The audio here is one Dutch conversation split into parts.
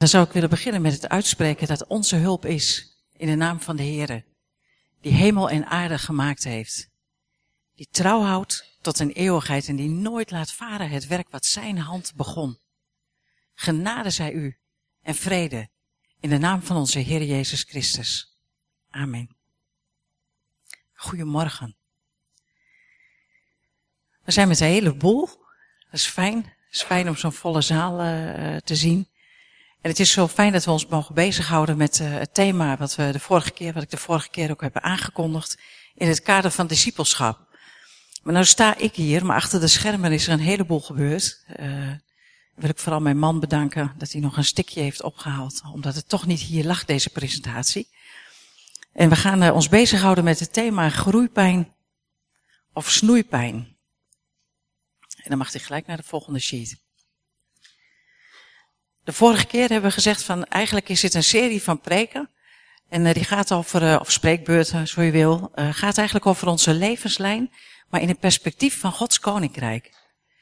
Dan zou ik willen beginnen met het uitspreken dat onze hulp is in de naam van de Heere, die hemel en aarde gemaakt heeft, die trouw houdt tot een eeuwigheid en die nooit laat varen het werk wat zijn hand begon. Genade zij u en vrede in de naam van onze Heer Jezus Christus. Amen. Goedemorgen. We zijn met een heleboel. Dat is fijn. Het is fijn om zo'n volle zaal te zien. En het is zo fijn dat we ons mogen bezighouden met het thema wat ik de vorige keer ook heb aangekondigd in het kader van discipelschap. Maar nou sta ik hier, maar achter de schermen is er een heleboel gebeurd. Wil ik vooral mijn man bedanken dat hij nog een stikje heeft opgehaald, omdat het toch niet hier lag, deze presentatie. En we gaan ons bezighouden met het thema groeipijn of snoeipijn. En dan mag hij gelijk naar de volgende sheet. De vorige keer hebben we gezegd van eigenlijk is dit een serie van preken. En die gaat over, of spreekbeurten, zo je wil, gaat eigenlijk over onze levenslijn, maar in het perspectief van Gods koninkrijk.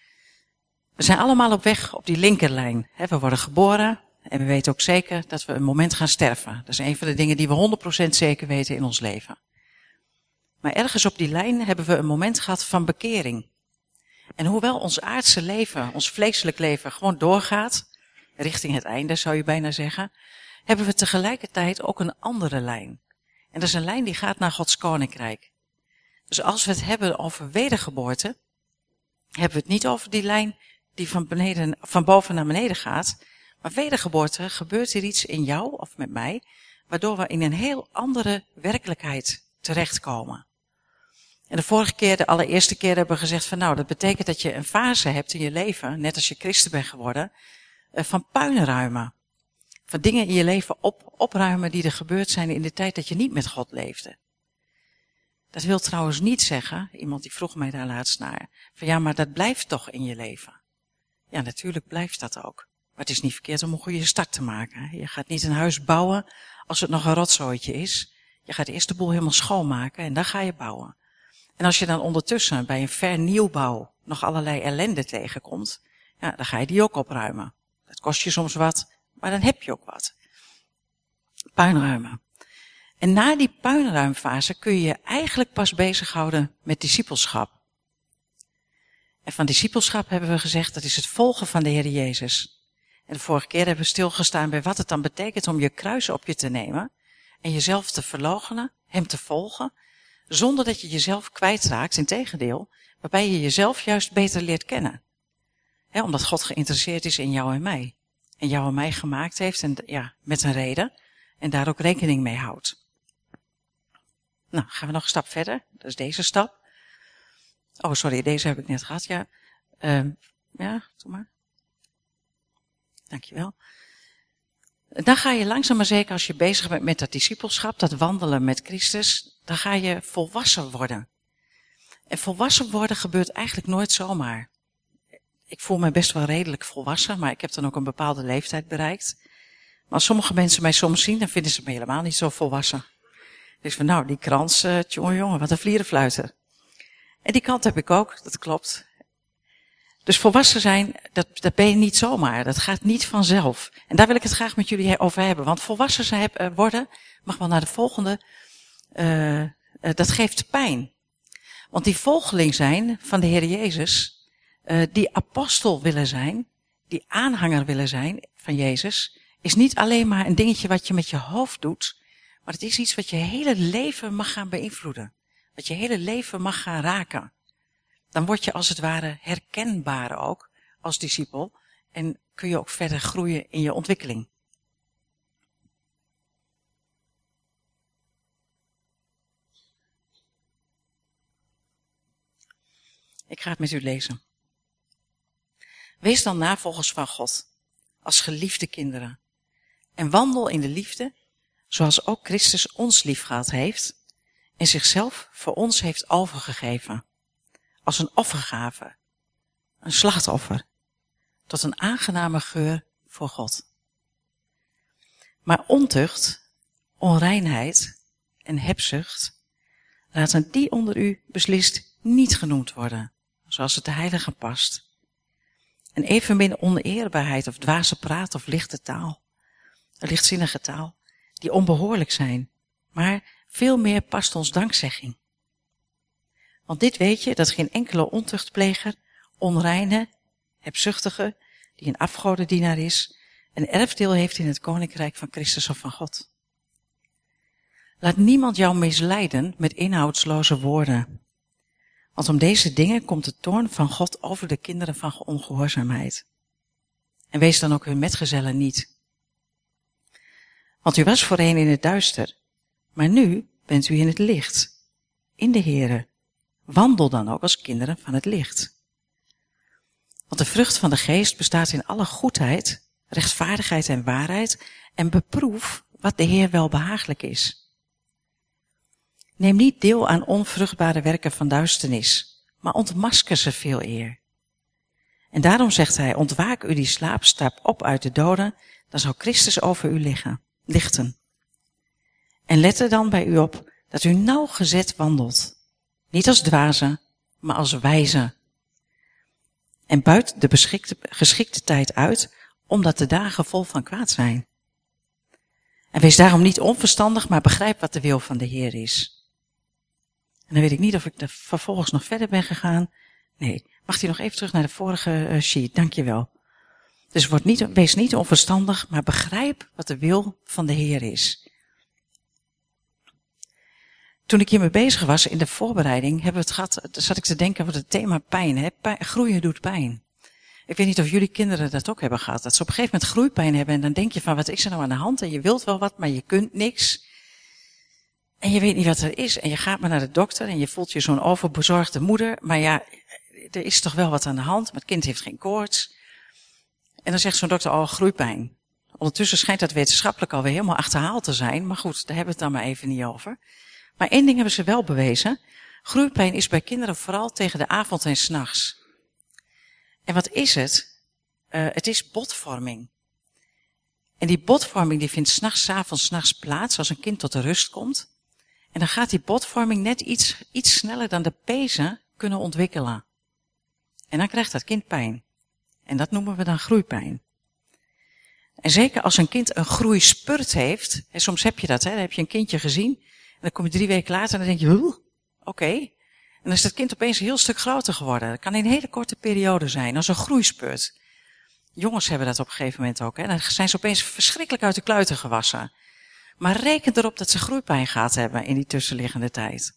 We zijn allemaal op weg op die linkerlijn. We worden geboren en we weten ook zeker dat we een moment gaan sterven. Dat is een van de dingen die we 100% zeker weten in ons leven. Maar ergens op die lijn hebben we een moment gehad van bekering. En hoewel ons aardse leven, ons vleeselijk leven gewoon doorgaat, richting het einde zou je bijna zeggen, hebben we tegelijkertijd ook een andere lijn. En dat is een lijn die gaat naar Gods koninkrijk. Dus als we het hebben over wedergeboorte, hebben we het niet over die lijn die van boven naar beneden gaat. Maar wedergeboorte gebeurt er iets in jou of met mij, waardoor we in een heel andere werkelijkheid terechtkomen. En de allereerste keer hebben we gezegd van nou, dat betekent dat je een fase hebt in je leven, net als je christen bent geworden, van puinruimen. Van dingen in je leven opruimen die er gebeurd zijn in de tijd dat je niet met God leefde. Dat wil trouwens niet zeggen, iemand die vroeg mij daar laatst naar, van ja, maar dat blijft toch in je leven. Ja, natuurlijk blijft dat ook. Maar het is niet verkeerd om een goede start te maken. Je gaat niet een huis bouwen als het nog een rotzooitje is. Je gaat eerst de boel helemaal schoonmaken en dan ga je bouwen. En als je dan ondertussen bij een vernieuwbouw nog allerlei ellende tegenkomt, ja, dan ga je die ook opruimen. Dat kost je soms wat, maar dan heb je ook wat. Puinruimen. En na die puinruimfase kun je je eigenlijk pas bezighouden met discipelschap. En van discipelschap hebben we gezegd, dat is het volgen van de Heer Jezus. En de vorige keer hebben we stilgestaan bij wat het dan betekent om je kruis op je te nemen en jezelf te verloochenen, hem te volgen, zonder dat je jezelf kwijtraakt, integendeel, waarbij je jezelf juist beter leert kennen. Omdat God geïnteresseerd is in jou en mij. En jou en mij gemaakt heeft, en ja, met een reden, en daar ook rekening mee houdt. Nou, gaan we nog een stap verder. Dat is deze stap. Oh, sorry, deze heb ik net gehad, ja. Ja, doe maar. Dankjewel. Dan ga je langzaam maar zeker, als je bezig bent met dat discipelschap, dat wandelen met Christus, dan ga je volwassen worden. En volwassen worden gebeurt eigenlijk nooit zomaar. Ik voel me best wel redelijk volwassen, maar ik heb dan ook een bepaalde leeftijd bereikt. Maar als sommige mensen mij soms zien, dan vinden ze me helemaal niet zo volwassen. Dus van nou, die krans, jongen, wat een vlierenfluiter. En die kant heb ik ook, dat klopt. Dus volwassen zijn, dat ben je niet zomaar. Dat gaat niet vanzelf. En daar wil ik het graag met jullie over hebben. Want volwassen worden, mag wel naar de volgende, dat geeft pijn. Want die volgeling zijn van de Heer Jezus, die apostel willen zijn, die aanhanger willen zijn van Jezus, is niet alleen maar een dingetje wat je met je hoofd doet, maar het is iets wat je hele leven mag gaan beïnvloeden. Wat je hele leven mag gaan raken. Dan word je als het ware herkenbaar ook als discipel en kun je ook verder groeien in je ontwikkeling. Ik ga het met u lezen. Wees dan navolgers van God, als geliefde kinderen, en wandel in de liefde, zoals ook Christus ons liefgehad heeft en zichzelf voor ons heeft overgegeven, als een offergave, een slachtoffer, tot een aangename geur voor God. Maar ontucht, onreinheid en hebzucht, laten die onder u beslist niet genoemd worden, zoals het de heiligen past. En evenmin oneerbaarheid of dwaze praat of lichte taal, een lichtzinnige taal, die onbehoorlijk zijn. Maar veel meer past ons dankzegging. Want dit weet je, dat geen enkele ontuchtpleger, onreine, hebzuchtige, die een afgodendienaar is, een erfdeel heeft in het koninkrijk van Christus of van God. Laat niemand jou misleiden met inhoudsloze woorden. Want om deze dingen komt de toorn van God over de kinderen van ongehoorzaamheid. En wees dan ook hun metgezellen niet. Want u was voorheen in het duister, maar nu bent u in het licht, in de Here. Wandel dan ook als kinderen van het licht. Want de vrucht van de geest bestaat in alle goedheid, rechtvaardigheid en waarheid, en beproef wat de Heer wel behagelijk is. Neem niet deel aan onvruchtbare werken van duisternis, maar ontmasker ze veel eer. En daarom zegt hij, ontwaak u die slaapt, sta op uit de doden, dan zal Christus over u lichten. En let er dan bij u op dat u nauwgezet wandelt, niet als dwazen, maar als wijzen. En buit de geschikte tijd uit, omdat de dagen vol van kwaad zijn. En wees daarom niet onverstandig, maar begrijp wat de wil van de Heer is. En dan weet ik niet of ik er vervolgens nog verder ben gegaan. Nee, mag u nog even terug naar de vorige sheet, dankjewel. Dus wees niet onverstandig, maar begrijp wat de wil van de Heer is. Toen ik hiermee bezig was in de voorbereiding, hebben we het gehad, zat ik te denken over het thema pijn. Hè? Groeien doet pijn. Ik weet niet of jullie kinderen dat ook hebben gehad. Dat ze op een gegeven moment groeipijn hebben en dan denk je van wat is er nou aan de hand? En je wilt wel wat, maar je kunt niks. En je weet niet wat er is. En je gaat maar naar de dokter en je voelt je zo'n overbezorgde moeder. Maar ja, er is toch wel wat aan de hand. Maar het kind heeft geen koorts. En dan zegt zo'n dokter, oh, groeipijn. Ondertussen schijnt dat wetenschappelijk alweer helemaal achterhaald te zijn. Maar goed, daar hebben we het dan maar even niet over. Maar één ding hebben ze wel bewezen. Groeipijn is bij kinderen vooral tegen de avond en 's nachts. En wat is het? Het is botvorming. En die botvorming die vindt 's nachts, 's avonds, 's nachts plaats als een kind tot de rust komt. En dan gaat die botvorming net iets sneller dan de pezen kunnen ontwikkelen. En dan krijgt dat kind pijn. En dat noemen we dan groeipijn. En zeker als een kind een groeispurt heeft, en soms heb je dat, hè, dan heb je een kindje gezien, en dan kom je 3 weken later en dan denk je, oké. En dan is dat kind opeens een heel stuk groter geworden. Dat kan in een hele korte periode zijn, als een groeispurt. Jongens hebben dat op een gegeven moment ook, hè. Dan zijn ze opeens verschrikkelijk uit de kluiten gewassen. Maar reken erop dat ze groeipijn gaat hebben in die tussenliggende tijd.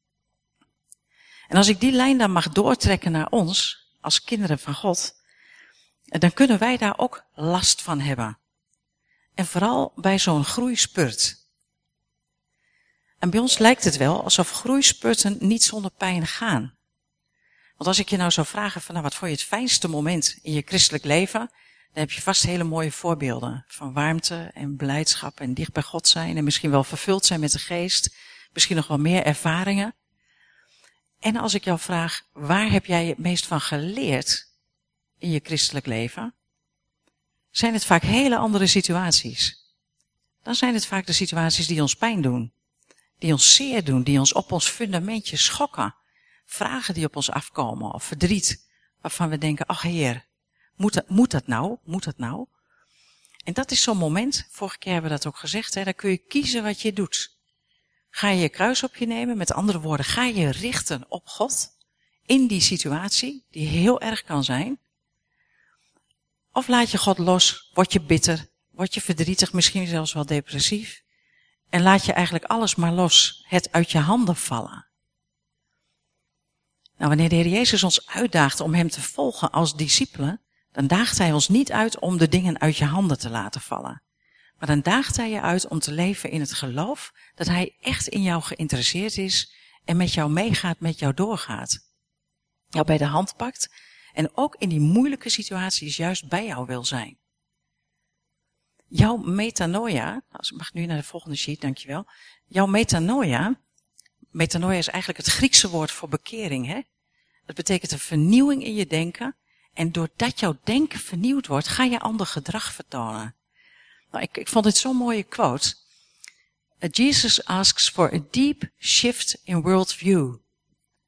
En als ik die lijn dan mag doortrekken naar ons, als kinderen van God, dan kunnen wij daar ook last van hebben. En vooral bij zo'n groeispurt. En bij ons lijkt het wel alsof groeispurten niet zonder pijn gaan. Want als ik je nou zou vragen van, nou, wat vond je het fijnste moment in je christelijk leven? Dan heb je vast hele mooie voorbeelden van warmte en blijdschap en dicht bij God zijn en misschien wel vervuld zijn met de geest. Misschien nog wel meer ervaringen. En als ik jou vraag, waar heb jij het meest van geleerd in je christelijk leven? Zijn het vaak hele andere situaties. Dan zijn het vaak de situaties die ons pijn doen. Die ons zeer doen, die ons op ons fundamentje schokken. Vragen die op ons afkomen of verdriet. Waarvan we denken, ach Heer, moet dat nou? En dat is zo'n moment, vorige keer hebben we dat ook gezegd, hè, dan kun je kiezen wat je doet. Ga je je kruis op je nemen, met andere woorden, ga je richten op God in die situatie, die heel erg kan zijn. Of laat je God los, word je bitter, word je verdrietig, misschien zelfs wel depressief. En laat je eigenlijk alles maar los, het uit je handen vallen. Nou, wanneer de Heer Jezus ons uitdaagt om hem te volgen als discipelen, dan daagt hij ons niet uit om de dingen uit je handen te laten vallen. Maar dan daagt hij je uit om te leven in het geloof dat hij echt in jou geïnteresseerd is en met jou meegaat, met jou doorgaat. Jou bij de hand pakt en ook in die moeilijke situaties juist bij jou wil zijn. Jouw metanoia, ik mag nu naar de volgende sheet, dankjewel. Jouw metanoia is eigenlijk het Griekse woord voor bekering, hè? Dat betekent een vernieuwing in je denken. En doordat jouw denken vernieuwd wordt, ga je ander gedrag vertonen. Nou, ik vond dit zo'n mooie quote. Jesus asks for a deep shift in worldview.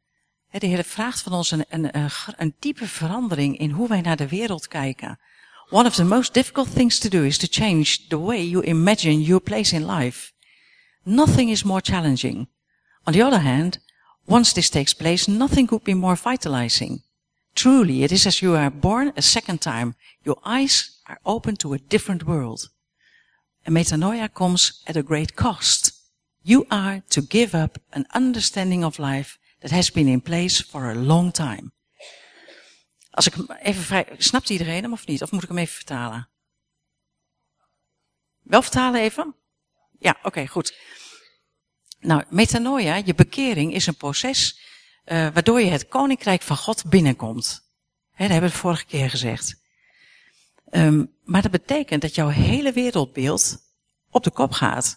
De Heer vraagt van ons een diepe verandering in hoe wij naar de wereld kijken. One of the most difficult things to do is to change the way you imagine your place in life. Nothing is more challenging. On the other hand, once this takes place, nothing could be more vitalizing. Truly, it is as you are born a second time. Your eyes are open to a different world. And metanoia comes at a great cost. You are to give up an understanding of life that has been in place for a long time. Als ik hem even snapt iedereen hem of niet? Of moet ik hem even vertalen? Wel vertalen even? Ja, oké, goed. Nou, metanoia, je bekering, is een proces waardoor je het koninkrijk van God binnenkomt. Dat hebben we de vorige keer gezegd. Maar dat betekent dat jouw hele wereldbeeld op de kop gaat.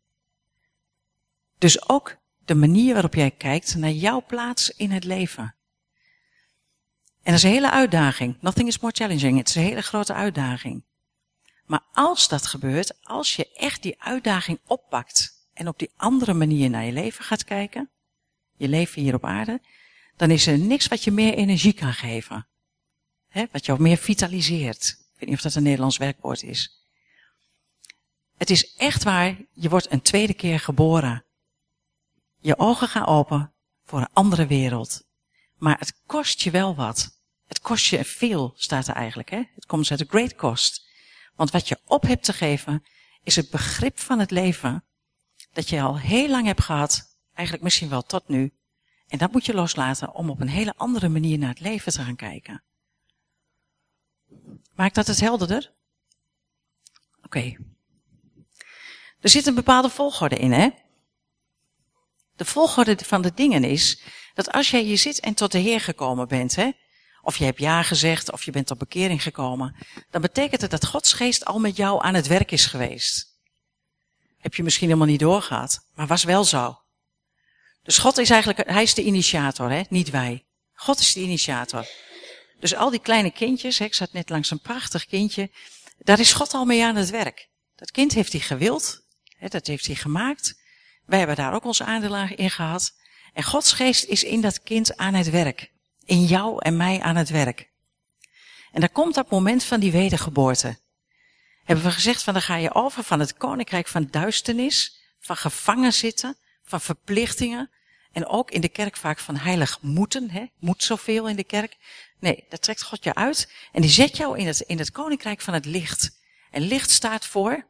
Dus ook de manier waarop jij kijkt naar jouw plaats in het leven. En dat is een hele uitdaging. Nothing is more challenging. Het is een hele grote uitdaging. Maar als dat gebeurt, als je echt die uitdaging oppakt en op die andere manier naar je leven gaat kijken, je leven hier op aarde, dan is er niks wat je meer energie kan geven. Wat jou meer vitaliseert. Ik weet niet of dat een Nederlands werkwoord is. Het is echt waar, je wordt een tweede keer geboren. Je ogen gaan open voor een andere wereld. Maar het kost je wel wat. Het kost je veel, staat er eigenlijk. Het komt uit de great cost. Want wat je op hebt te geven, is het begrip van het leven dat je al heel lang hebt gehad, eigenlijk misschien wel tot nu. En dat moet je loslaten om op een hele andere manier naar het leven te gaan kijken. Maakt dat het helderder? Oké. Er zit een bepaalde volgorde in, hè? De volgorde van de dingen is dat als jij hier zit en tot de Heer gekomen bent, hè, of je hebt ja gezegd, of je bent tot bekering gekomen, dan betekent het dat Gods geest al met jou aan het werk is geweest. Heb je misschien helemaal niet doorgehad, maar was wel zo. Dus God is eigenlijk, hij is de initiator, hè, niet wij. God is de initiator. Dus al die kleine kindjes, hè, ik zat net langs een prachtig kindje, daar is God al mee aan het werk. Dat kind heeft hij gewild, hè, dat heeft hij gemaakt. Wij hebben daar ook ons aandeel in gehad. En Gods geest is in dat kind aan het werk. In jou en mij aan het werk. En dan komt dat moment van die wedergeboorte. Hebben we gezegd van dan ga je over van het koninkrijk van duisternis, van gevangen zitten, van verplichtingen. En ook in de kerk vaak van heilig moeten, hè? Moet zoveel in de kerk. Nee, dat trekt God je uit en die zet jou in het koninkrijk van het licht. En licht staat voor...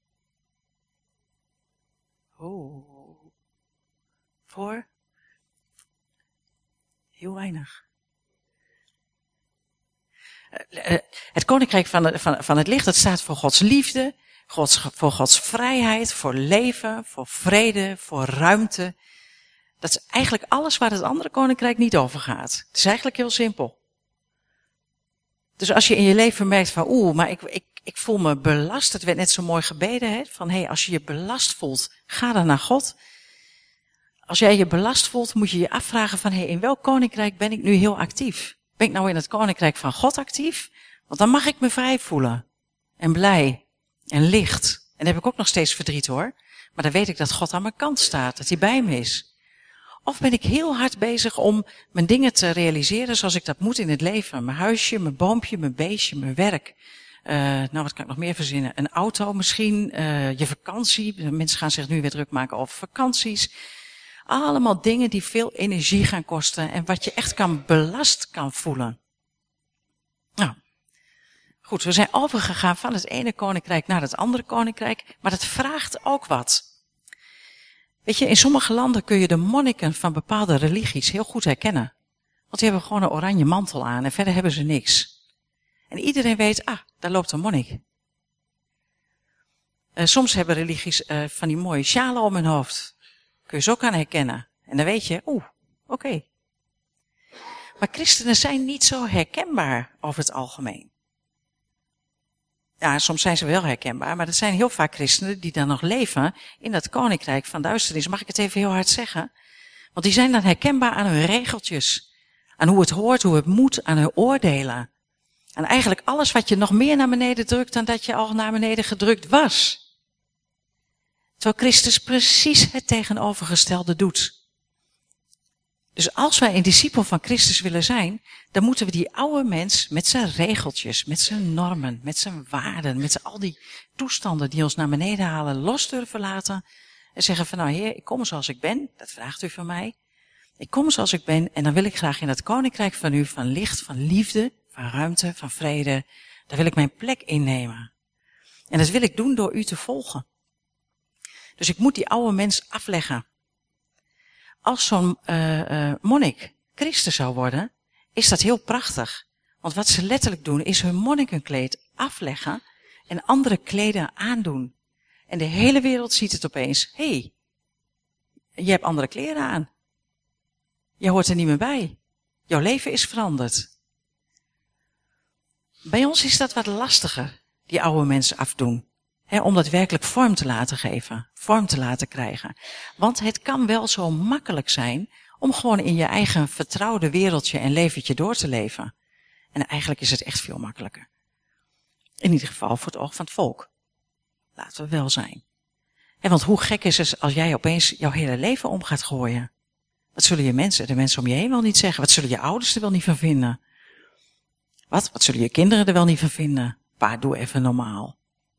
Voor heel weinig. Het koninkrijk van het licht, dat staat voor Gods liefde, voor Gods vrijheid, voor leven, voor vrede, voor ruimte. Dat is eigenlijk alles waar het andere koninkrijk niet over gaat. Het is eigenlijk heel simpel. Dus als je in je leven merkt van, maar ik voel me belast. Het werd net zo mooi gebeden, hè? Van, als je je belast voelt, ga dan naar God. Als jij je belast voelt, moet je je afvragen van, in welk koninkrijk ben ik nu heel actief? Ben ik nou in het koninkrijk van God actief? Want dan mag ik me vrij voelen. En blij. En licht. En dan heb ik ook nog steeds verdriet, hoor. Maar dan weet ik dat God aan mijn kant staat. Dat hij bij me is. Of ben ik heel hard bezig om mijn dingen te realiseren zoals ik dat moet in het leven. Mijn huisje, mijn boompje, mijn beestje, mijn werk. Wat kan ik nog meer verzinnen? Een auto misschien, je vakantie. Mensen gaan zich nu weer druk maken over vakanties. Allemaal dingen die veel energie gaan kosten en wat je echt belast kan voelen. Nou, goed, we zijn overgegaan van het ene koninkrijk naar het andere koninkrijk, maar dat vraagt ook wat. Weet je, in sommige landen kun je de monniken van bepaalde religies heel goed herkennen. Want die hebben gewoon een oranje mantel aan en verder hebben ze niks. En iedereen weet, daar loopt een monnik. Soms hebben religies van die mooie sjalen om hun hoofd. Kun je ze ook aan herkennen. En dan weet je, oké. Maar christenen zijn niet zo herkenbaar over het algemeen. Ja, soms zijn ze wel herkenbaar, maar er zijn heel vaak christenen die dan nog leven in dat koninkrijk van duisternis. Mag ik het even heel hard zeggen? Want die zijn dan herkenbaar aan hun regeltjes. Aan hoe het hoort, hoe het moet, aan hun oordelen. En eigenlijk alles wat je nog meer naar beneden drukt dan dat je al naar beneden gedrukt was. Terwijl Christus precies het tegenovergestelde doet. Dus als wij een discipel van Christus willen zijn, dan moeten we die oude mens met zijn regeltjes, met zijn normen, met zijn waarden, met al die toestanden die ons naar beneden halen, los durven laten. En zeggen van nou Heer, ik kom zoals ik ben, dat vraagt u van mij. Ik kom zoals ik ben en dan wil ik graag in het koninkrijk van u, van licht, van liefde, van ruimte, van vrede. Daar wil ik mijn plek innemen. En dat wil ik doen door u te volgen. Dus ik moet die oude mens afleggen. Als zo'n monnik Christus zou worden, is dat heel prachtig. Want wat ze letterlijk doen, is hun monnikenkleed afleggen en andere kleden aandoen. En de hele wereld ziet het opeens. Hé, je hebt andere kleren aan. Je hoort er niet meer bij. Jouw leven is veranderd. Bij ons is dat wat lastiger, die oude mensen afdoen. Om dat werkelijk vorm te laten geven, vorm te laten krijgen. Want het kan wel zo makkelijk zijn om gewoon in je eigen vertrouwde wereldje en leventje door te leven. En eigenlijk is het echt veel makkelijker. In ieder geval voor het oog van het volk. Laten we wel zijn. Want hoe gek is het als jij opeens jouw hele leven om gaat gooien? Wat zullen de mensen om je heen wel niet zeggen? Wat zullen je ouders er wel niet van vinden? Wat zullen je kinderen er wel niet van vinden? Pa, doe even normaal.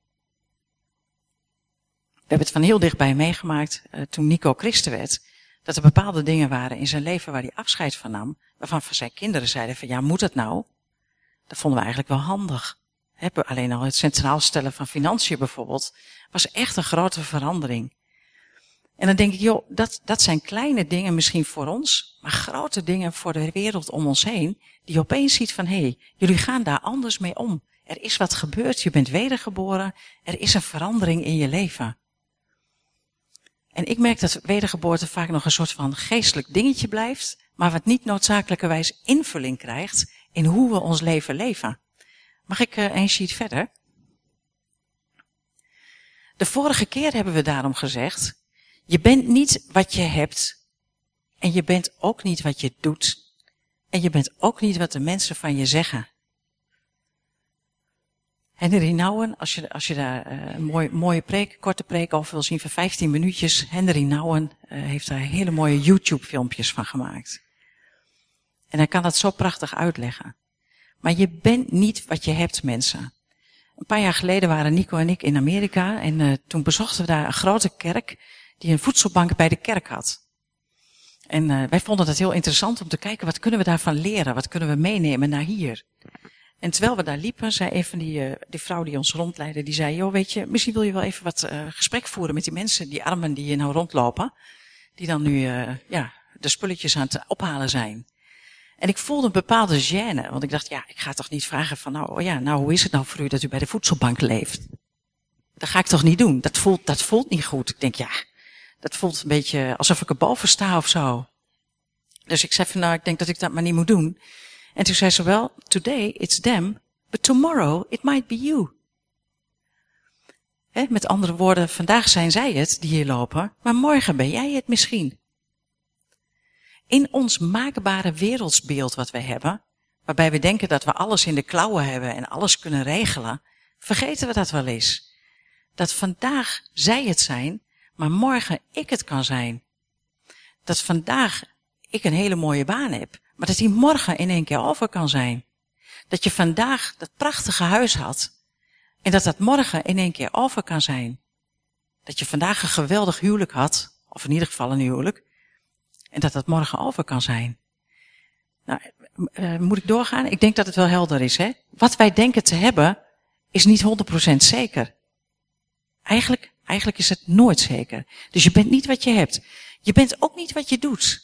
We hebben het van heel dichtbij meegemaakt toen Nico christen werd. Dat er bepaalde dingen waren in zijn leven waar hij afscheid van nam. Waarvan zijn kinderen zeiden van ja, moet dat nou? Dat vonden we eigenlijk wel handig. Alleen al het centraal stellen van financiën bijvoorbeeld was echt een grote verandering. En dan denk ik, joh, dat zijn kleine dingen misschien voor ons, maar grote dingen voor de wereld om ons heen, die opeens ziet van, hé, jullie gaan daar anders mee om. Er is wat gebeurd, je bent wedergeboren, er is een verandering in je leven. En ik merk dat wedergeboorte vaak nog een soort van geestelijk dingetje blijft, maar wat niet noodzakelijkerwijs invulling krijgt in hoe we ons leven leven. Mag ik een sheet verder? De vorige keer hebben we daarom gezegd, je bent niet wat je hebt en je bent ook niet wat je doet en je bent ook niet wat de mensen van je zeggen. Henry Nouwen, als je daar een mooie preek, korte preek over wil zien van 15 minuutjes. Henry Nouwen heeft daar hele mooie YouTube filmpjes van gemaakt. En hij kan dat zo prachtig uitleggen. Maar je bent niet wat je hebt, mensen. Een paar jaar geleden waren Nico en ik in Amerika en toen bezochten we daar een grote kerk die een voedselbank bij de kerk had. En wij vonden het heel interessant om te kijken, wat kunnen we daarvan leren? Wat kunnen we meenemen naar hier? En terwijl we daar liepen, zei een van die vrouw die ons rondleidde, die zei, joh, weet je, misschien wil je wel even wat gesprek voeren met die mensen, die armen die hier nou rondlopen, die dan nu de spulletjes aan het ophalen zijn. En ik voelde een bepaalde gêne, want ik dacht, ja, ik ga toch niet vragen van, nou, hoe is het nou voor u dat u bij de voedselbank leeft? Dat ga ik toch niet doen? Dat voelt niet goed. Ik denk, ja, dat voelt een beetje alsof ik erboven sta of zo. Dus ik zei van, nou, ik denk dat ik dat maar niet moet doen. En toen zei ze wel, today it's them, but tomorrow it might be you. Met andere woorden, vandaag zijn zij het die hier lopen, maar morgen ben jij het misschien. In ons maakbare wereldsbeeld wat wij hebben, waarbij we denken dat we alles in de klauwen hebben en alles kunnen regelen, vergeten we dat wel eens. Dat vandaag zij het zijn, maar morgen ik het kan zijn. Dat vandaag ik een hele mooie baan heb, maar dat die morgen in één keer over kan zijn. Dat je vandaag dat prachtige huis had en dat morgen in één keer over kan zijn. Dat je vandaag een geweldig huwelijk had, of in ieder geval een huwelijk, en dat morgen over kan zijn. Nou, moet ik doorgaan? Ik denk dat het wel helder is, hè? Wat wij denken te hebben, is niet 100% zeker. Eigenlijk is het nooit zeker. Dus je bent niet wat je hebt. Je bent ook niet wat je doet.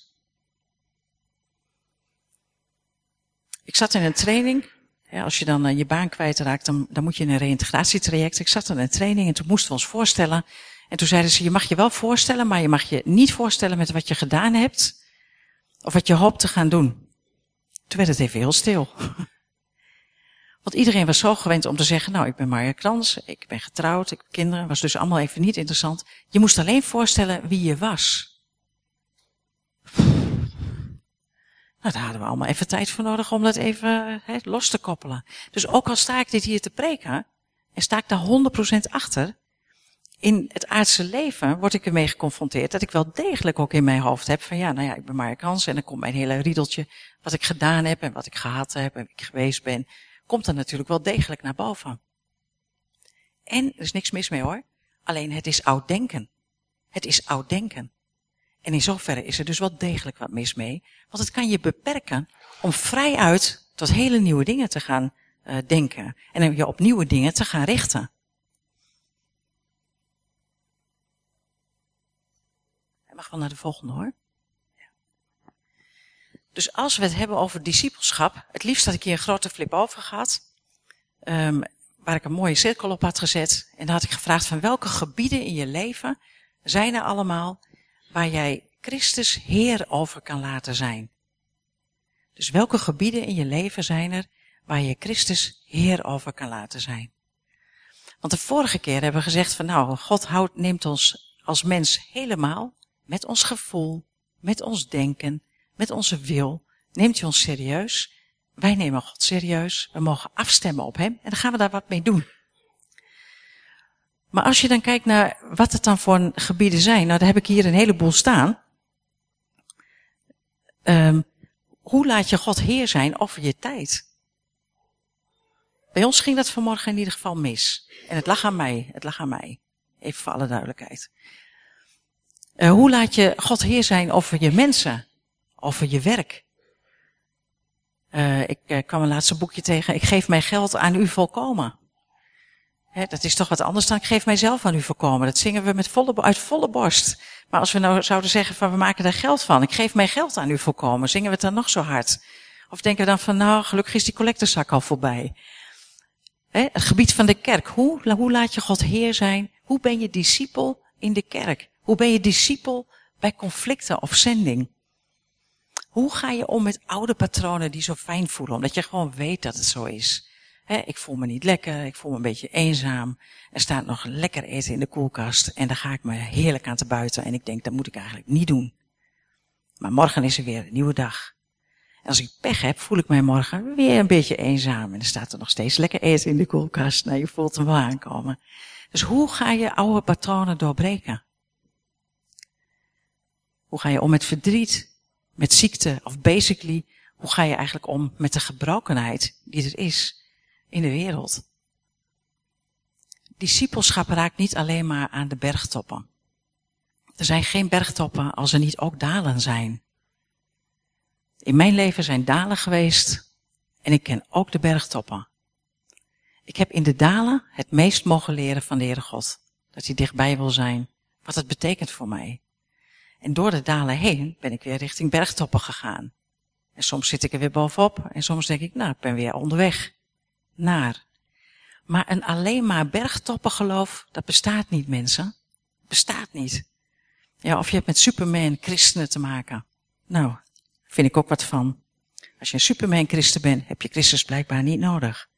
Ik zat in een training. Als je dan je baan kwijtraakt, dan moet je in een reïntegratietraject. Ik zat in een training en toen moesten we ons voorstellen. En toen zeiden ze, je mag je wel voorstellen, maar je mag je niet voorstellen met wat je gedaan hebt. Of wat je hoopt te gaan doen. Toen werd het even heel stil. Want iedereen was zo gewend om te zeggen, nou, ik ben Marja Krans, ik ben getrouwd, ik heb kinderen. Was dus allemaal even niet interessant. Je moest alleen voorstellen wie je was. Nou, daar hadden we allemaal even tijd voor nodig om dat even los te koppelen. Dus ook al sta ik dit hier te preken, en sta ik daar 100% achter, in het aardse leven word ik ermee geconfronteerd dat ik wel degelijk ook in mijn hoofd heb van ja, ik ben Mark Hans en dan komt mijn hele riedeltje wat ik gedaan heb en wat ik gehad heb en wie ik geweest ben, komt dan natuurlijk wel degelijk naar boven. En er is niks mis mee hoor, alleen het is oud denken. Het is oud denken. En in zoverre is er dus wel degelijk wat mis mee, want het kan je beperken om vrijuit tot hele nieuwe dingen te gaan denken en je op nieuwe dingen te gaan richten. Ik mag wel naar de volgende hoor. Dus als we het hebben over discipelschap, het liefst had ik hier een grote flip over gehad, waar ik een mooie cirkel op had gezet. En dan had ik gevraagd van welke gebieden in je leven zijn er allemaal waar jij Christus Heer over kan laten zijn. Dus welke gebieden in je leven zijn er waar je Christus Heer over kan laten zijn. Want de vorige keer hebben we gezegd van God neemt ons als mens helemaal, met ons gevoel, met ons denken, met onze wil, neemt hij ons serieus. Wij nemen God serieus, we mogen afstemmen op hem en dan gaan we daar wat mee doen. Maar als je dan kijkt naar wat het dan voor gebieden zijn, daar heb ik hier een heleboel staan. Hoe laat je God Heer zijn over je tijd? Bij ons ging dat vanmorgen in ieder geval mis. En het lag aan mij. Even voor alle duidelijkheid. Hoe laat je God Heer zijn over je mensen? Over je werk? Ik kwam een laatste boekje tegen. Ik geef mijn geld aan u volkomen. Dat is toch wat anders dan ik geef mijzelf aan u volkomen. Dat zingen we uit volle borst. Maar als we nou zouden zeggen van we maken daar geld van. Ik geef mijn geld aan u volkomen. Zingen we het dan nog zo hard? Of denken we dan van gelukkig is die collectezak al voorbij. Het gebied van de kerk. Hoe laat je God Heer zijn? Hoe ben je discipel in de kerk? Hoe ben je discipel bij conflicten of zending? Hoe ga je om met oude patronen die zo fijn voelen? Omdat je gewoon weet dat het zo is. Ik voel me niet lekker, ik voel me een beetje eenzaam. Er staat nog lekker eten in de koelkast en daar ga ik me heerlijk aan te buiten. En ik denk, dat moet ik eigenlijk niet doen. Maar morgen is er weer een nieuwe dag. En als ik pech heb, voel ik mij morgen weer een beetje eenzaam. En er staat er nog steeds lekker eten in de koelkast. Nou, je voelt hem wel aankomen. Dus hoe ga je oude patronen doorbreken? Hoe ga je om met verdriet, met ziekte of basically, hoe ga je eigenlijk om met de gebrokenheid die er is in de wereld? Discipelschap raakt niet alleen maar aan de bergtoppen. Er zijn geen bergtoppen als er niet ook dalen zijn. In mijn leven zijn dalen geweest en ik ken ook de bergtoppen. Ik heb in de dalen het meest mogen leren van de Heere God. Dat hij dichtbij wil zijn, wat het betekent voor mij. En door de dalen heen ben ik weer richting bergtoppen gegaan. En soms zit ik er weer bovenop en soms denk ik, ik ben weer onderweg naar. Maar een alleen maar bergtoppengeloof, dat bestaat niet, mensen. Bestaat niet. Ja, of je hebt met Superman christenen te maken. Nou, vind ik ook wat van. Als je een Superman christen bent, heb je Christus blijkbaar niet nodig.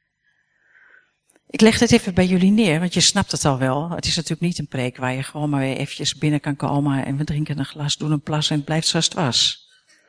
Ik leg het even bij jullie neer, want je snapt het al wel. Het is natuurlijk niet een preek waar je gewoon maar weer eventjes binnen kan komen en we drinken een glas, doen een plas en het blijft zoals het was.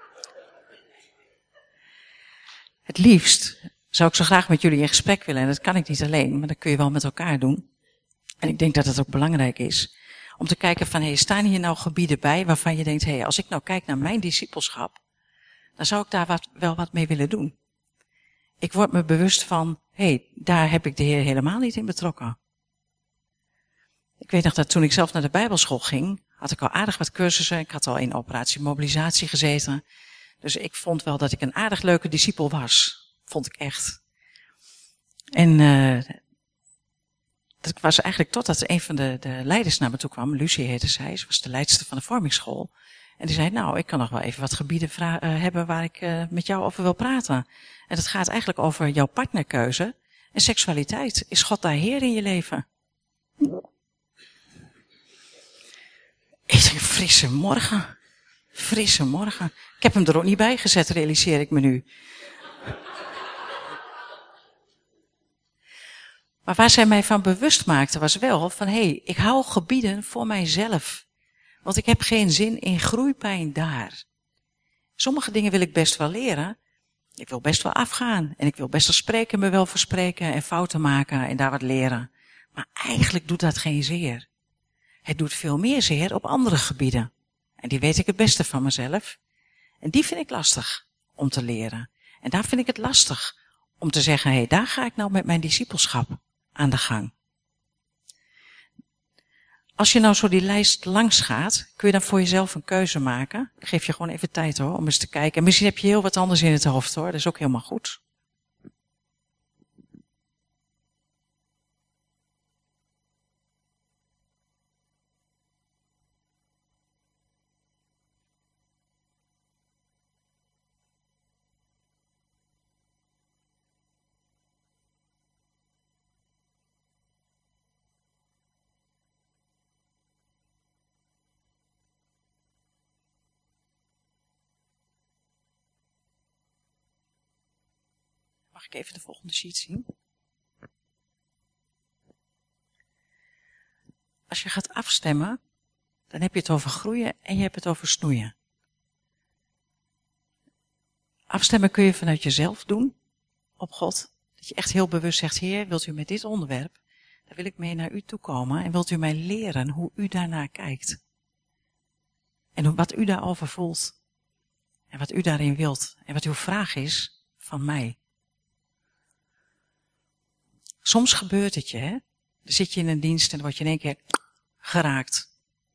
Het liefst zou ik zo graag met jullie in gesprek willen en dat kan ik niet alleen, maar dat kun je wel met elkaar doen. En ik denk dat het ook belangrijk is om te kijken van, staan hier nou gebieden bij waarvan je denkt, als ik nou kijk naar mijn discipelschap, dan zou ik daar wel wat mee willen doen. Ik word me bewust van, daar heb ik de Heer helemaal niet in betrokken. Ik weet nog dat toen ik zelf naar de Bijbelschool ging, had ik al aardig wat cursussen. Ik had al in operatie mobilisatie gezeten. Dus ik vond wel dat ik een aardig leuke discipel was. Vond ik echt. En dat was eigenlijk totdat een van de leiders naar me toe kwam. Lucie heette zij, ze was de leidster van de vormingsschool. En die zei, ik kan nog wel even wat gebieden hebben waar ik met jou over wil praten. En dat gaat eigenlijk over jouw partnerkeuze en seksualiteit. Is God daar Heer in je leven? Ik denk, frisse morgen. Frisse morgen. Ik heb hem er ook niet bij gezet, realiseer ik me nu. Maar waar zij mij van bewust maakte was wel van, ik hou gebieden voor mijzelf. Want ik heb geen zin in groeipijn daar. Sommige dingen wil ik best wel leren. Ik wil best wel afgaan. En ik wil best wel spreken, me wel verspreken en fouten maken en daar wat leren. Maar eigenlijk doet dat geen zeer. Het doet veel meer zeer op andere gebieden. En die weet ik het beste van mezelf. En die vind ik lastig om te leren. En daar vind ik het lastig om te zeggen, hé, daar ga ik nou met mijn discipelschap aan de gang. Als je nou zo die lijst langs gaat, kun je dan voor jezelf een keuze maken. Ik geef je gewoon even tijd hoor, om eens te kijken. En misschien heb je heel wat anders in het hoofd hoor, dat is ook helemaal goed. Mag ik even de volgende sheet zien? Als je gaat afstemmen, dan heb je het over groeien en je hebt het over snoeien. Afstemmen kun je vanuit jezelf doen op God. Dat je echt heel bewust zegt, Heer, wilt u met dit onderwerp, daar wil ik mee naar u toe komen en wilt u mij leren hoe u daarnaar kijkt. En wat u daarover voelt. En wat u daarin wilt. En wat uw vraag is van mij. Soms gebeurt het je, hè. Dan zit je in een dienst en dan word je in één keer geraakt.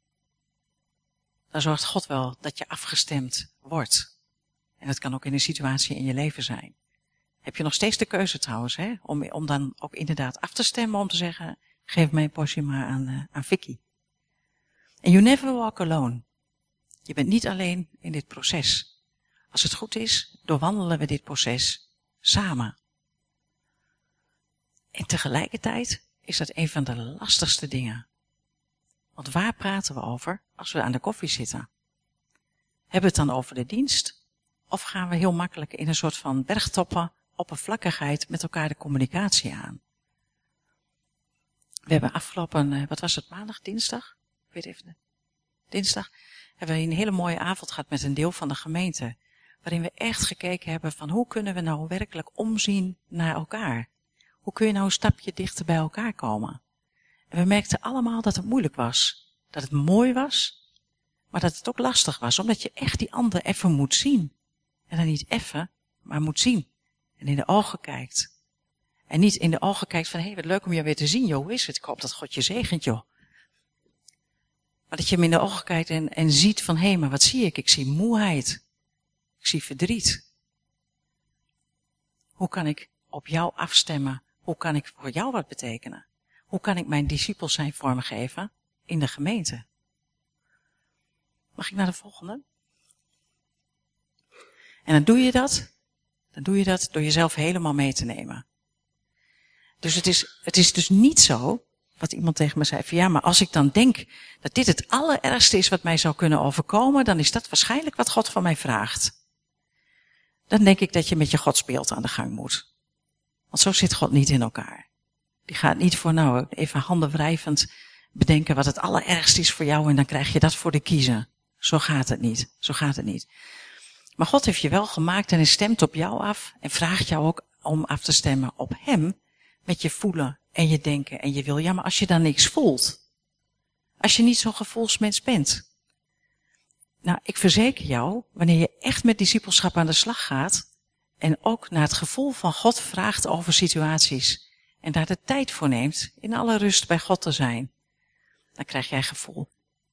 Dan zorgt God wel dat je afgestemd wordt. En dat kan ook in een situatie in je leven zijn. Heb je nog steeds de keuze trouwens, hè, om dan ook inderdaad af te stemmen, om te zeggen, geef mijn portie maar aan Vicky. And you never walk alone. Je bent niet alleen in dit proces. Als het goed is, doorwandelen we dit proces samen. En tegelijkertijd is dat een van de lastigste dingen. Want waar praten we over als we aan de koffie zitten? Hebben we het dan over de dienst? Of gaan we heel makkelijk in een soort van bergtoppen, oppervlakkigheid met elkaar de communicatie aan? We hebben afgelopen, wat was het, maandag, dinsdag? Ik weet even, dinsdag. Hebben we een hele mooie avond gehad met een deel van de gemeente. Waarin we echt gekeken hebben van hoe kunnen we nou werkelijk omzien naar elkaar? Hoe kun je nou een stapje dichter bij elkaar komen? En we merkten allemaal dat het moeilijk was. Dat het mooi was, maar dat het ook lastig was. Omdat je echt die ander even moet zien. En dan niet even, maar moet zien. En in de ogen kijkt. En niet in de ogen kijkt van, hé, wat leuk om je weer te zien, joh, hoe is het? Ik hoop dat God je zegent, joh. Maar dat je hem in de ogen kijkt en ziet van, hé, maar wat zie ik? Ik zie moeheid. Ik zie verdriet. Hoe kan ik op jou afstemmen? Hoe kan ik voor jou wat betekenen? Hoe kan ik mijn discipels zijn vormgeven in de gemeente? Mag ik naar de volgende? En dan doe je dat door jezelf helemaal mee te nemen. Dus het is dus niet zo, wat iemand tegen me zei, van ja, maar als ik dan denk dat dit het allerergste is wat mij zou kunnen overkomen, dan is dat waarschijnlijk wat God van mij vraagt. Dan denk ik dat je met je godsbeeld aan de gang moet. Want zo zit God niet in elkaar. Die gaat niet voor nou even handen wrijvend bedenken wat het allerergste is voor jou en dan krijg je dat voor de kiezen. Zo gaat het niet. Zo gaat het niet. Maar God heeft je wel gemaakt en hij stemt op jou af en vraagt jou ook om af te stemmen op hem met je voelen en je denken en je wil. Ja, maar als je dan niks voelt, als je niet zo'n gevoelsmens bent. Nou, ik verzeker jou, wanneer je echt met discipelschap aan de slag gaat en ook naar het gevoel van God vraagt over situaties en daar de tijd voor neemt in alle rust bij God te zijn, dan krijg jij gevoel.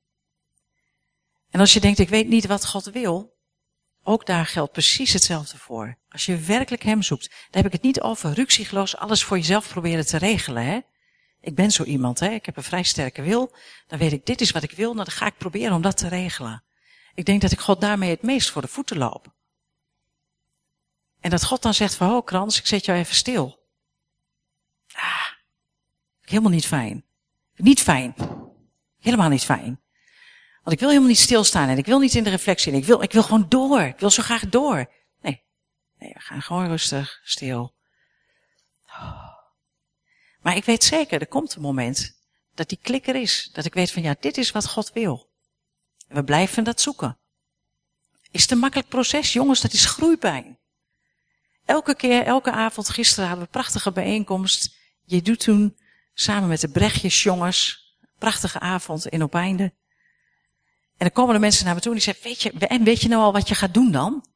En als je denkt, ik weet niet wat God wil, ook daar geldt precies hetzelfde voor. Als je werkelijk hem zoekt, dan heb ik het niet over ruksigloos alles voor jezelf proberen te regelen, hè. Ik ben zo iemand, hè. Ik heb een vrij sterke wil. Dan weet ik, dit is wat ik wil, nou dan ga ik proberen om dat te regelen. Ik denk dat ik God daarmee het meest voor de voeten loop. En dat God dan zegt van, oh Krans, ik zet jou even stil. Helemaal niet fijn. Niet fijn. Helemaal niet fijn. Want ik wil helemaal niet stilstaan en ik wil niet in de reflectie. En ik wil gewoon door. Ik wil zo graag door. Nee, we gaan gewoon rustig, stil. Maar ik weet zeker, er komt een moment dat die klik er is. Dat ik weet van, ja, dit is wat God wil. En we blijven dat zoeken. Is het een makkelijk proces? Jongens, dat is groeipijn. Elke keer, elke avond, gisteren hadden we een prachtige bijeenkomst. Je doet toen Samen met de Brechtjesjongens. Prachtige avond in Opeinde. En dan komen de mensen naar me toe en die zeggen, weet je nou al wat je gaat doen dan?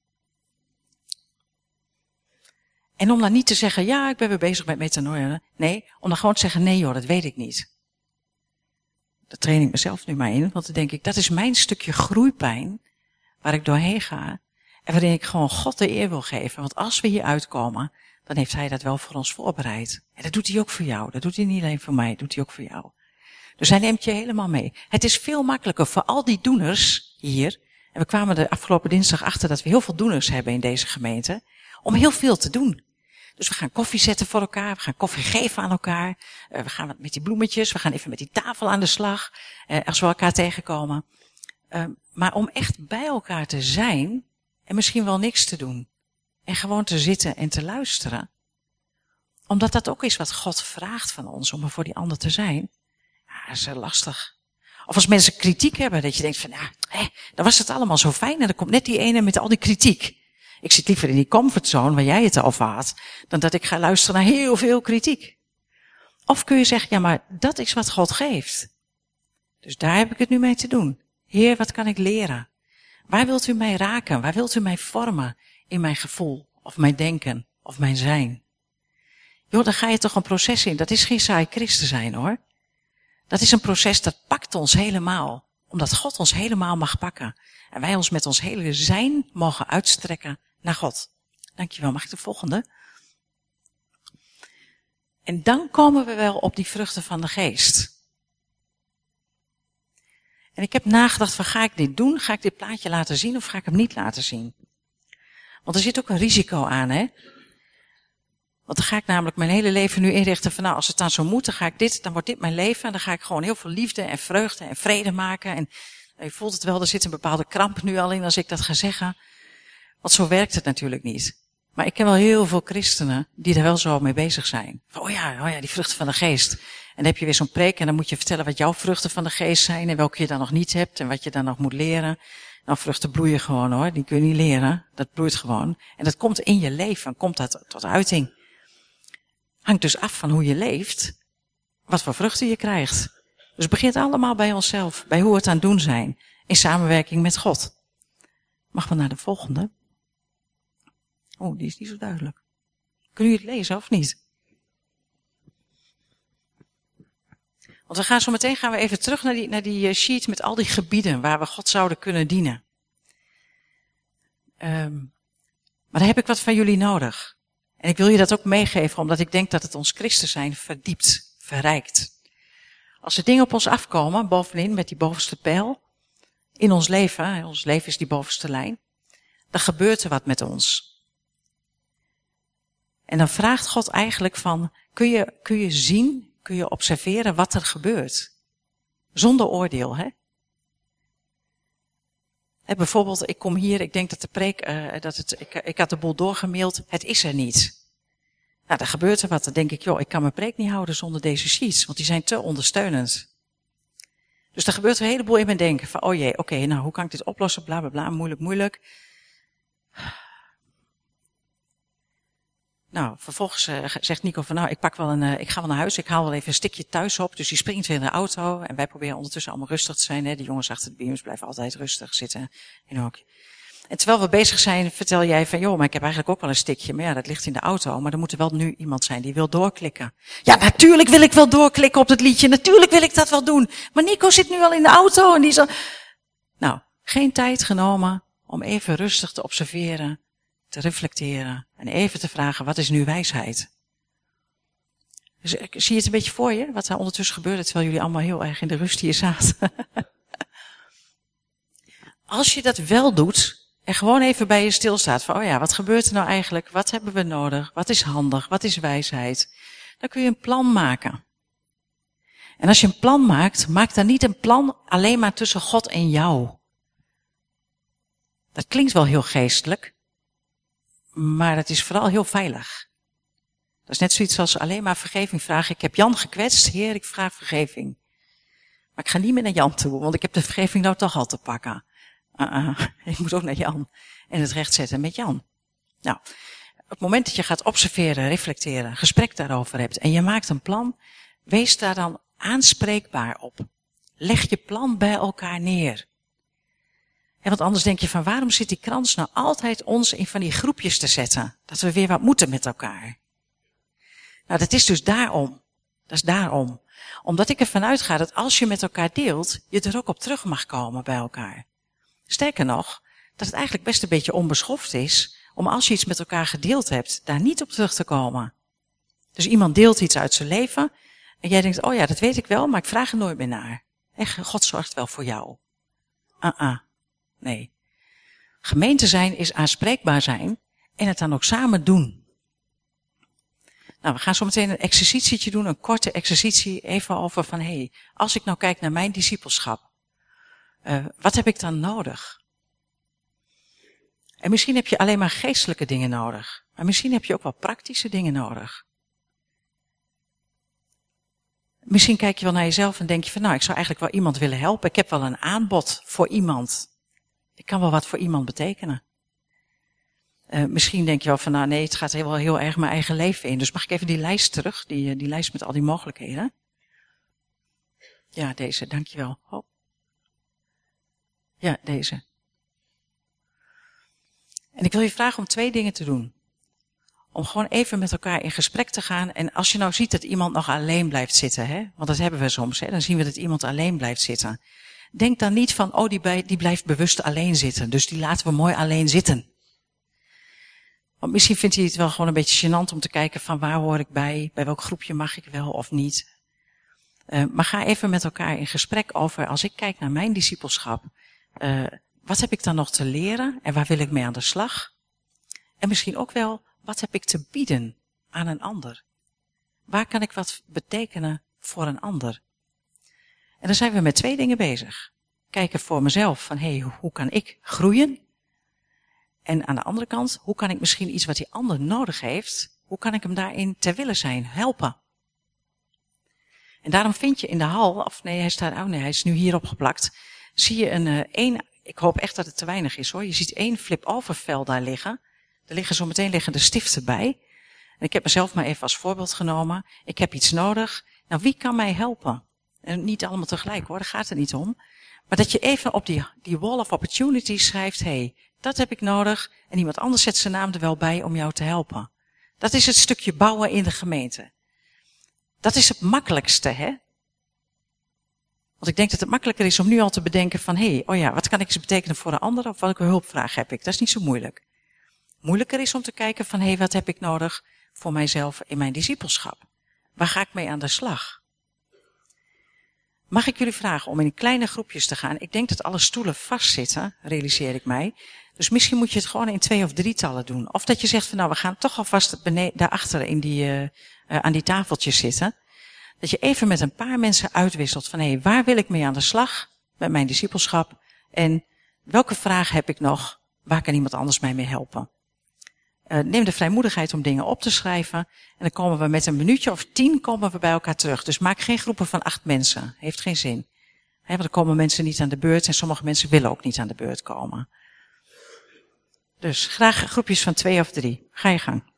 En om dan niet te zeggen, ja, ik ben weer bezig met metanoia. Nee, om dan gewoon te zeggen, nee joh, dat weet ik niet. Daar train ik mezelf nu maar in, want dan denk ik, dat is mijn stukje groeipijn waar ik doorheen ga. En waarin ik gewoon God de eer wil geven. Want als we hier uitkomen, dan heeft hij dat wel voor ons voorbereid. En dat doet hij ook voor jou. Dat doet hij niet alleen voor mij, dat doet hij ook voor jou. Dus hij neemt je helemaal mee. Het is veel makkelijker voor al die doeners hier. En we kwamen de afgelopen dinsdag achter dat we heel veel doeners hebben in deze gemeente. Om heel veel te doen. Dus we gaan koffie zetten voor elkaar. We gaan koffie geven aan elkaar. We gaan met die bloemetjes. We gaan even met die tafel aan de slag. Als we elkaar tegenkomen. Maar om echt bij elkaar te zijn. En misschien wel niks te doen. En gewoon te zitten en te luisteren. Omdat dat ook is wat God vraagt van ons. Om er voor die ander te zijn. Ja, dat is heel lastig. Of als mensen kritiek hebben. Dat je denkt van ja, dan was het allemaal zo fijn. En dan komt net die ene met al die kritiek. Ik zit liever in die comfortzone waar jij het over had. Dan dat ik ga luisteren naar heel veel kritiek. Of kun je zeggen, ja maar dat is wat God geeft. Dus daar heb ik het nu mee te doen. Heer, wat kan ik leren? Waar wilt u mij raken? Waar wilt u mij vormen in mijn gevoel? Of mijn denken? Of mijn zijn? Joh, dan ga je toch een proces in. Dat is geen saai christen zijn hoor. Dat is een proces dat pakt ons helemaal. Omdat God ons helemaal mag pakken. En wij ons met ons hele zijn mogen uitstrekken naar God. Dankjewel, mag ik de volgende? En dan komen we wel op die vruchten van de geest. En ik heb nagedacht van ga ik dit doen? Ga ik dit plaatje laten zien of ga ik hem niet laten zien? Want er zit ook een risico aan, hè? Want dan ga ik namelijk mijn hele leven nu inrichten van nou, als het dan zo moet, dan wordt dit mijn leven. En dan ga ik gewoon heel veel liefde en vreugde en vrede maken. En je voelt het wel, er zit een bepaalde kramp nu al in als ik dat ga zeggen. Want zo werkt het natuurlijk niet. Maar ik ken wel heel veel christenen die daar wel zo mee bezig zijn. Van, oh ja, die vruchten van de geest. En dan heb je weer zo'n preek en dan moet je vertellen wat jouw vruchten van de geest zijn. En welke je dan nog niet hebt en wat je dan nog moet leren. Nou, vruchten bloeien gewoon hoor, die kun je niet leren. Dat bloeit gewoon. En dat komt in je leven, komt dat tot uiting. Hangt dus af van hoe je leeft, wat voor vruchten je krijgt. Dus het begint allemaal bij onszelf, bij hoe we het aan het doen zijn. In samenwerking met God. Mag we naar de volgende? Oh, die is niet zo duidelijk. Kunnen jullie het lezen of niet? Want we gaan zo meteen even terug naar die sheet met al die gebieden waar we God zouden kunnen dienen. Maar daar heb ik wat van jullie nodig. En ik wil je dat ook meegeven, omdat ik denk dat het ons christen zijn verdiept, verrijkt. Als er dingen op ons afkomen, bovenin met die bovenste pijl, in ons leven is die bovenste lijn, dan gebeurt er wat met ons. En dan vraagt God eigenlijk van, kun je zien, kun je observeren wat er gebeurt? Zonder oordeel, hè? Bijvoorbeeld, ik kom hier, ik denk dat de preek, ik had de boel doorgemaild, het is er niet. Nou, dan gebeurt er wat. Dan denk ik, joh, ik kan mijn preek niet houden zonder deze sheets, want die zijn te ondersteunend. Dus er gebeurt een heleboel in mijn denken van, oh jee, oké, nou, hoe kan ik dit oplossen? Bla, bla, bla, moeilijk. Nou, vervolgens zegt Nico van, nou, ik ga wel naar huis, ik haal wel even een stikje thuis op. Dus die springt weer in de auto en wij proberen ondertussen allemaal rustig te zijn. Hè. De jongens achter de beamers blijven altijd rustig zitten in een hokje. En terwijl we bezig zijn, vertel jij van, joh, maar ik heb eigenlijk ook wel een stikje. Maar ja, dat ligt in de auto. Maar er moet er wel nu iemand zijn die wil doorklikken. Ja, natuurlijk wil ik wel doorklikken op het liedje. Natuurlijk wil ik dat wel doen. Maar Nico zit nu al in de auto en die zo. Nou, geen tijd genomen om even rustig te observeren, te reflecteren en even te vragen, wat is nu wijsheid? Dus, zie je het een beetje voor je, wat er ondertussen gebeurde, terwijl jullie allemaal heel erg in de rust hier zaten? Als je dat wel doet, en gewoon even bij je stilstaat van, oh ja, wat gebeurt er nou eigenlijk? Wat hebben we nodig? Wat is handig? Wat is wijsheid? Dan kun je een plan maken. En als je een plan maakt, maak dan niet een plan alleen maar tussen God en jou. Dat klinkt wel heel geestelijk, maar het is vooral heel veilig. Dat is net zoiets als alleen maar vergeving vragen. Ik heb Jan gekwetst, Heer, ik vraag vergeving. Maar ik ga niet meer naar Jan toe, want ik heb de vergeving nou toch al te pakken. Ik moet ook naar Jan en het recht zetten met Jan. Nou, op het moment dat je gaat observeren, reflecteren, gesprek daarover hebt en je maakt een plan, Wees daar dan aanspreekbaar op. Leg je plan bij elkaar neer. En want anders denk je van, waarom zit die krans nou altijd ons in van die groepjes te zetten? Dat we weer wat moeten met elkaar. Nou, dat is dus daarom. Dat is daarom. Omdat ik ervan uitga dat als je met elkaar deelt, je er ook op terug mag komen bij elkaar. Sterker nog, dat het eigenlijk best een beetje onbeschoft is om als je iets met elkaar gedeeld hebt, daar niet op terug te komen. Dus iemand deelt iets uit zijn leven en jij denkt, oh ja, dat weet ik wel, maar ik vraag er nooit meer naar. Echt, God zorgt wel voor jou. Nee. Gemeente zijn is aanspreekbaar zijn en het dan ook samen doen. Nou, we gaan zo meteen een exercitietje doen, een korte exercitie, even over van, als ik nou kijk naar mijn discipelschap, wat heb ik dan nodig? En misschien heb je alleen maar geestelijke dingen nodig, maar misschien heb je ook wel praktische dingen nodig. Misschien kijk je wel naar jezelf en denk je van, ik zou eigenlijk wel iemand willen helpen. Ik heb wel een aanbod voor iemand. Ik kan wel wat voor iemand betekenen. Misschien denk je wel van, nee, het gaat heel erg mijn eigen leven in. Dus mag ik even die lijst terug, die lijst met al die mogelijkheden? Ja, deze, dankjewel. Oh. Ja, deze. En ik wil je vragen om 2 dingen te doen. Om gewoon even met elkaar in gesprek te gaan. En als je nou ziet dat iemand nog alleen blijft zitten, want dat hebben we soms, dan zien we dat iemand alleen blijft zitten. Denk dan niet van, die blijft bewust alleen zitten. Dus die laten we mooi alleen zitten. Want misschien vindt hij het wel gewoon een beetje gênant om te kijken van waar hoor ik bij welk groepje mag ik wel of niet. Maar ga even met elkaar in gesprek over, als ik kijk naar mijn discipelschap, wat heb ik dan nog te leren en waar wil ik mee aan de slag? En misschien ook wel, wat heb ik te bieden aan een ander? Waar kan ik wat betekenen voor een ander? En dan zijn we met 2 dingen bezig. Kijken voor mezelf van, hoe kan ik groeien? En aan de andere kant, hoe kan ik misschien iets wat die ander nodig heeft, hoe kan ik hem daarin ter wille zijn, helpen? En daarom vind je in de hal, hij is nu hier opgeplakt, zie je ik hoop echt dat het te weinig is hoor, je ziet 1 flip-over vel daar liggen. Er liggen zo meteen de stiften bij. En ik heb mezelf maar even als voorbeeld genomen. Ik heb iets nodig. Nou, wie kan mij helpen? En niet allemaal tegelijk hoor, daar gaat het niet om. Maar dat je even op die wall of opportunity schrijft, dat heb ik nodig. En iemand anders zet zijn naam er wel bij om jou te helpen. Dat is het stukje bouwen in de gemeente. Dat is het makkelijkste, hè? Want ik denk dat het makkelijker is om nu al te bedenken van, wat kan ik eens betekenen voor een ander? Of welke hulpvraag heb ik? Dat is niet zo moeilijk. Moeilijker is om te kijken van, wat heb ik nodig voor mijzelf in mijn discipelschap? Waar ga ik mee aan de slag? Mag ik jullie vragen om in kleine groepjes te gaan? Ik denk dat alle stoelen vastzitten, realiseer ik mij. Dus misschien moet je het gewoon in 2 of 3-tallen doen. Of dat je zegt van, we gaan toch alvast daarachter aan die tafeltjes zitten. Dat je even met een paar mensen uitwisselt van, waar wil ik mee aan de slag met mijn discipelschap? En welke vraag heb ik nog? Waar kan iemand anders mij mee helpen? Neem de vrijmoedigheid om dingen op te schrijven. En dan komen we met een minuutje of 10 komen we bij elkaar terug. Dus maak geen groepen van 8 mensen. Heeft geen zin. Want dan komen mensen niet aan de beurt. En sommige mensen willen ook niet aan de beurt komen. Dus graag groepjes van 2 of 3. Ga je gang.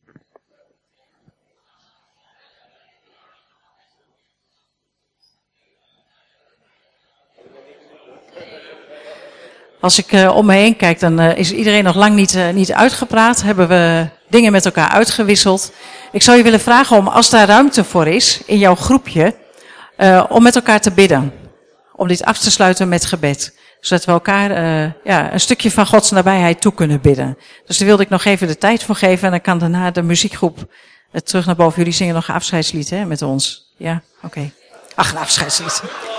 Als ik om me heen kijk, dan is iedereen nog lang niet uitgepraat. Hebben we dingen met elkaar uitgewisseld. Ik zou je willen vragen om, als daar ruimte voor is, in jouw groepje, om met elkaar te bidden. Om dit af te sluiten met gebed. Zodat we elkaar een stukje van Gods nabijheid toe kunnen bidden. Dus daar wilde ik nog even de tijd voor geven. En dan kan daarna de muziekgroep terug naar boven. Jullie zingen nog een afscheidslied met ons. Ja, oké. Ach, een afscheidslied.